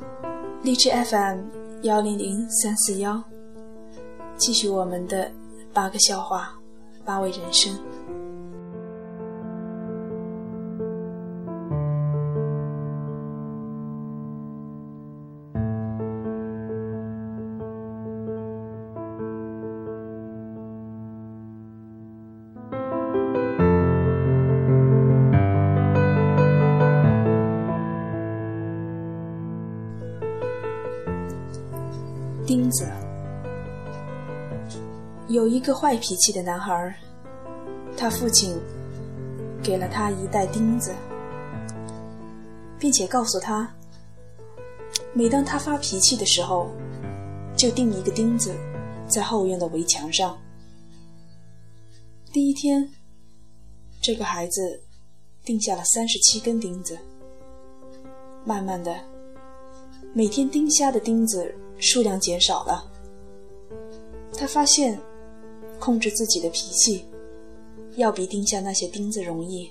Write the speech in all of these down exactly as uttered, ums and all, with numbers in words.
荔枝 F M 一零零三四一，继续我们的八个笑话，八位人生。钉子。有一个坏脾气的男孩，他父亲给了他一袋钉子，并且告诉他，每当他发脾气的时候，就钉一个钉子在后院的围墙上。第一天，这个孩子钉下了三十七根钉子，慢慢的，每天钉下的钉子数量减少了。他发现控制自己的脾气要比钉下那些钉子容易。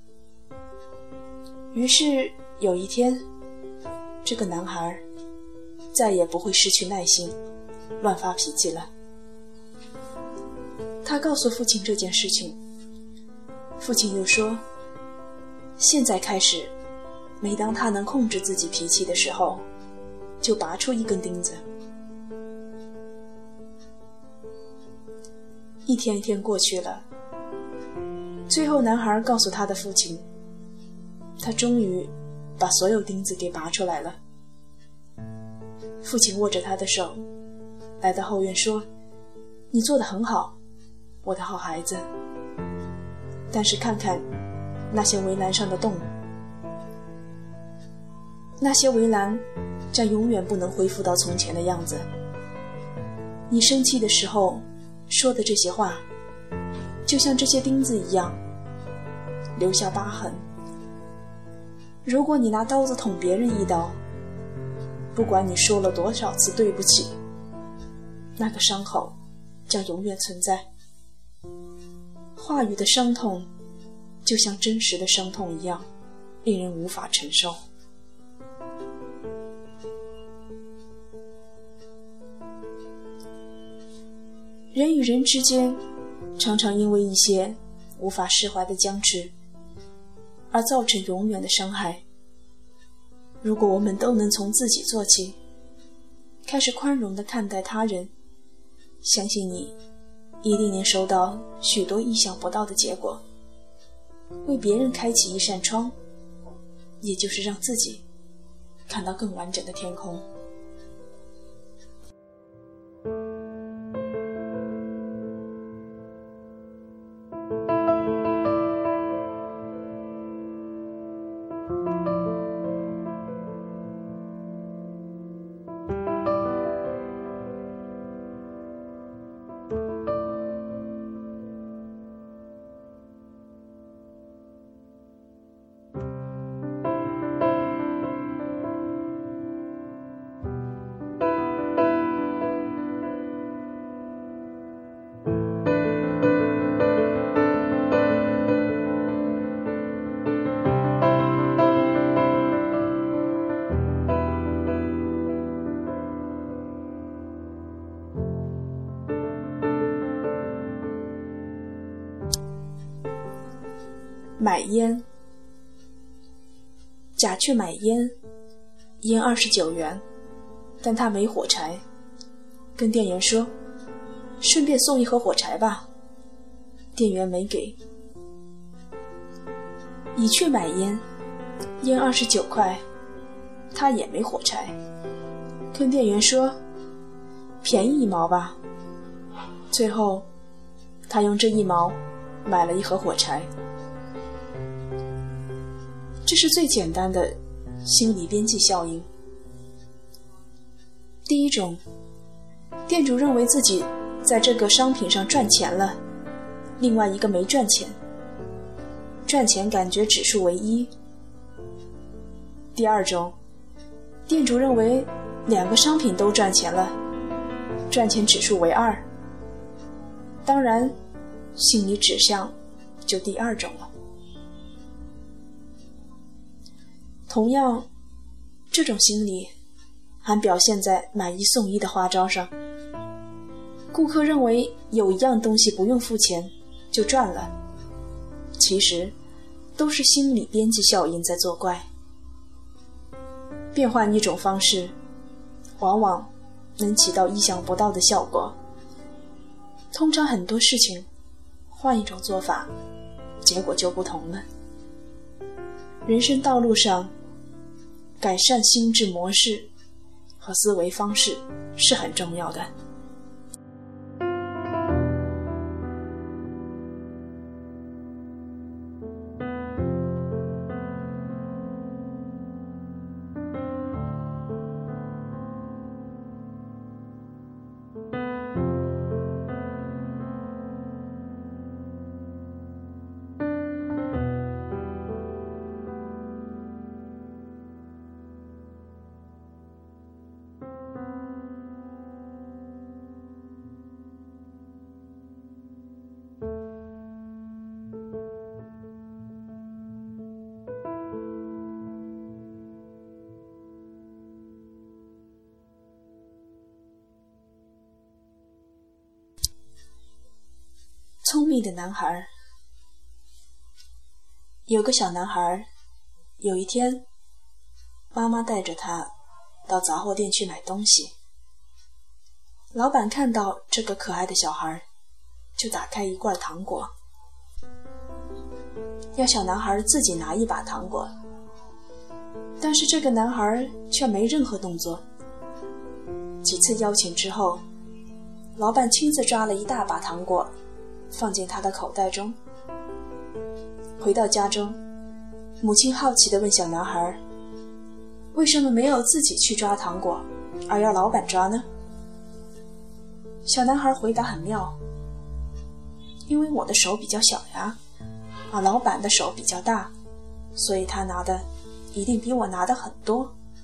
于是有一天，这个男孩再也不会失去耐心乱发脾气了。他告诉父亲这件事情，父亲又说，现在开始，每当他能控制自己脾气的时候，就拔出一根钉子。一天一天过去了，最后男孩告诉他的父亲，他终于把所有钉子给拔出来了。父亲握着他的手来到后院说，你做得很好，我的好孩子，但是看看那些围栏上的洞，那些围栏将永远不能恢复到从前的样子。你生气的时候说的这些话，就像这些钉子一样，留下疤痕。如果你拿刀子捅别人一刀，不管你说了多少次对不起，那个伤口将永远存在。话语的伤痛就像真实的伤痛一样，令人无法承受。人与人之间常常因为一些无法释怀的僵持而造成永远的伤害。如果我们都能从自己做起，开始宽容地看待他人，相信你一定能收到许多意想不到的结果，为别人开启一扇窗，也就是让自己看到更完整的天空。买烟。甲去买烟，烟二十九元，但他没火柴，跟店员说，顺便送一盒火柴吧。店员没给。乙去买烟，烟二十九块，他也没火柴，跟店员说，便宜一毛吧。最后，他用这一毛买了一盒火柴。这是最简单的心理边际效应。第一种，店主认为自己在这个商品上赚钱了，另外一个没赚钱，赚钱感觉指数为一。第二种，店主认为两个商品都赚钱了，赚钱指数为二。当然，心理指向就第二种了。同样，这种心理还表现在买一送一的花招上。顾客认为有一样东西不用付钱就赚了，其实都是心理边际效应在作怪。变换一种方式，往往能起到意想不到的效果。通常很多事情换一种做法，结果就不同了。人生道路上，改善心智模式和思维方式是很重要的。聪明的男孩。有个小男孩，有一天，妈妈带着他到杂货店去买东西。老板看到这个可爱的小孩，就打开一罐糖果，要小男孩自己拿一把糖果。但是这个男孩却没任何动作。几次邀请之后，老板亲自抓了一大把糖果放进他的口袋中。回到家中，母亲好奇地问小男孩，为什么没有自己去抓糖果，而要老板抓呢？小男孩回答很妙，因为我的手比较小呀，而老板的手比较大，所以他拿的一定比我拿的很多。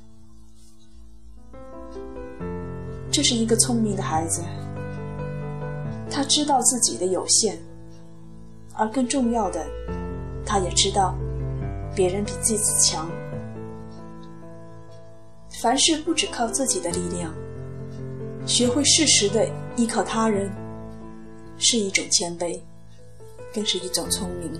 这是一个聪明的孩子，他知道自己的有限，而更重要的，他也知道别人比自己强。凡事不只靠自己的力量，学会适时地依靠他人，是一种谦卑，更是一种聪明。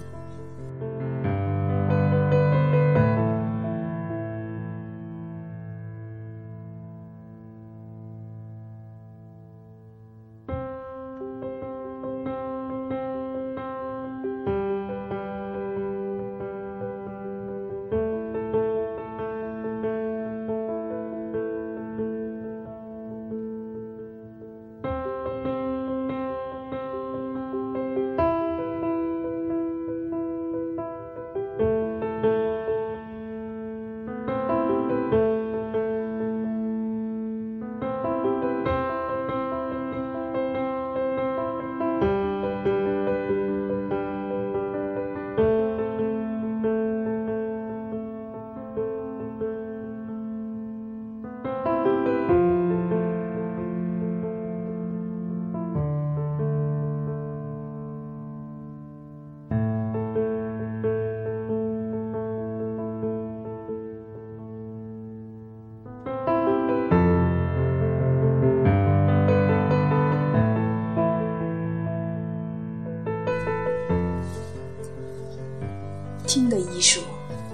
听的艺术。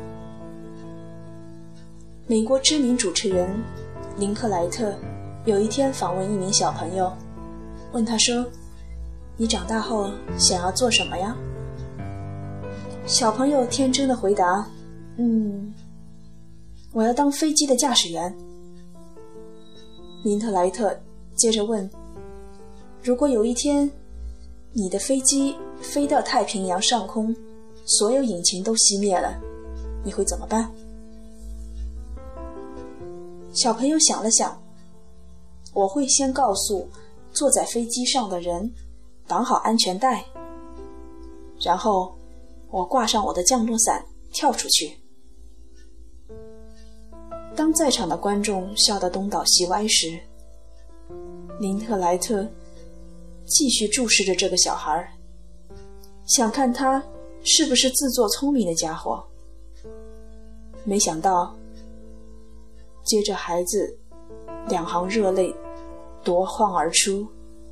美国知名主持人林克莱特有一天访问一名小朋友，问他说，你长大后想要做什么呀？小朋友天真的回答，嗯，我要当飞机的驾驶员。林特莱特接着问，如果有一天你的飞机飞到太平洋上空，所有引擎都熄灭了，你会怎么办？小朋友想了想，我会先告诉坐在飞机上的人绑好安全带，然后我挂上我的降落伞跳出去。当在场的观众笑得东倒西歪时，林特莱特继续注视着这个小孩，想看他是不是自作聪明的家伙。没想到，接着孩子两行热泪夺眶而出，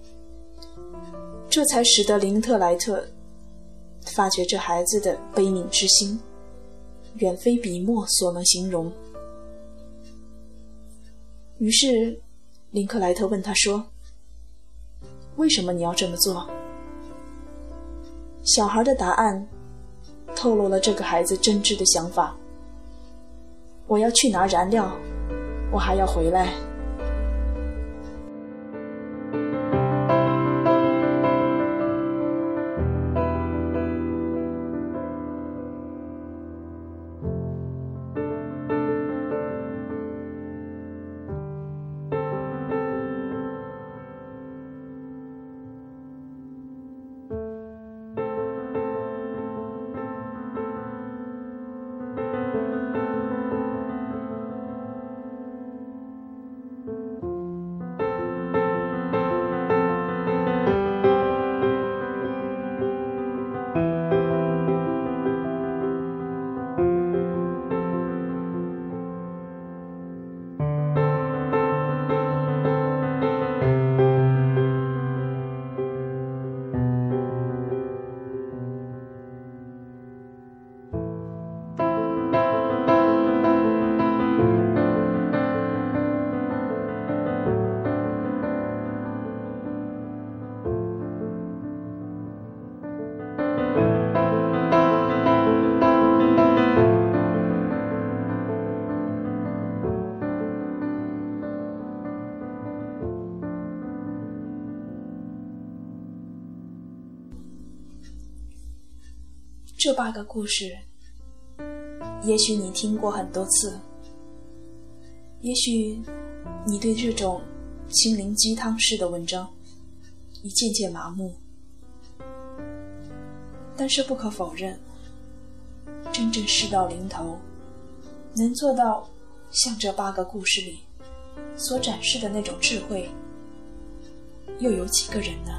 这才使得林特莱特发觉这孩子的悲悯之心远非笔墨所能形容。于是林克莱特问他说，为什么你要这么做？小孩的答案透露了这个孩子真挚的想法，我要去拿燃料，我还要回来。这八个故事，也许你听过很多次，也许你对这种心灵鸡汤式的文章已渐渐麻木，但是不可否认，真正事到临头，能做到像这八个故事里所展示的那种智慧，又有几个人呢？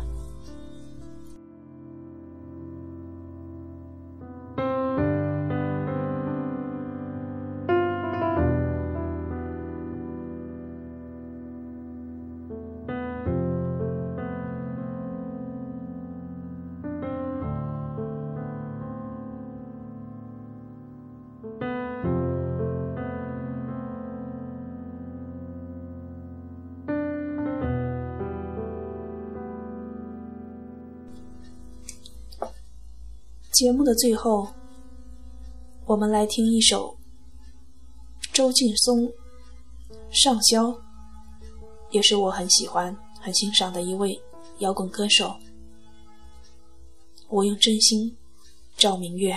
节目的最后，我们来听一首周劲松上箫，也是我很喜欢很欣赏的一位摇滚歌手。我用真心照明月。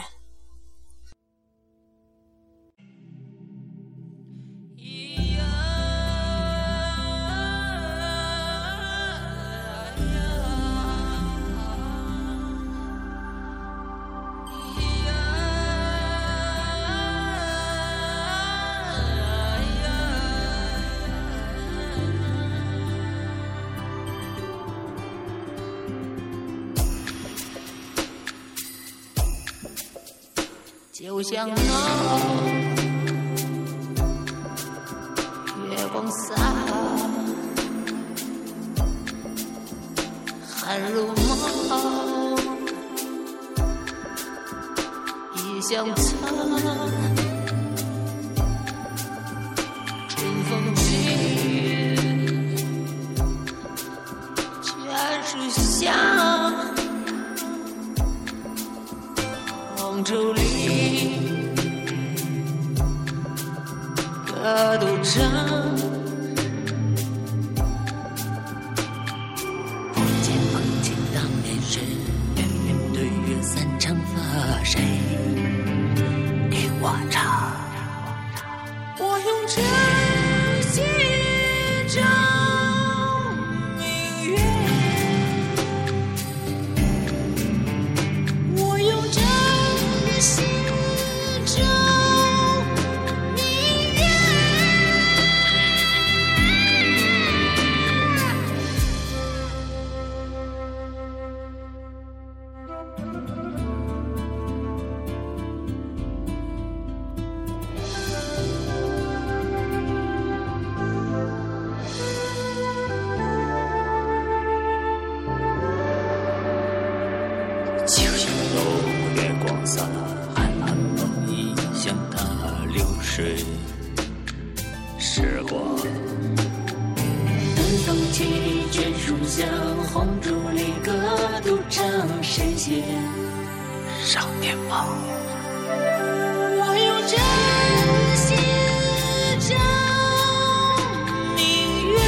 就像那月光洒，汗如毛，异乡草，春风起，全是香，黄州里歌都唱，见碰见当年事，远远对月三长发，谁给我唱？我用真心照明月，我用真心照明月。 送起眷书香，红烛里歌独唱，谁写少年梦？我用真心照明月，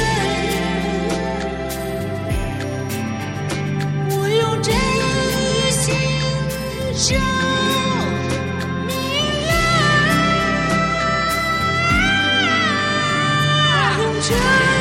我用真心照明月，我用真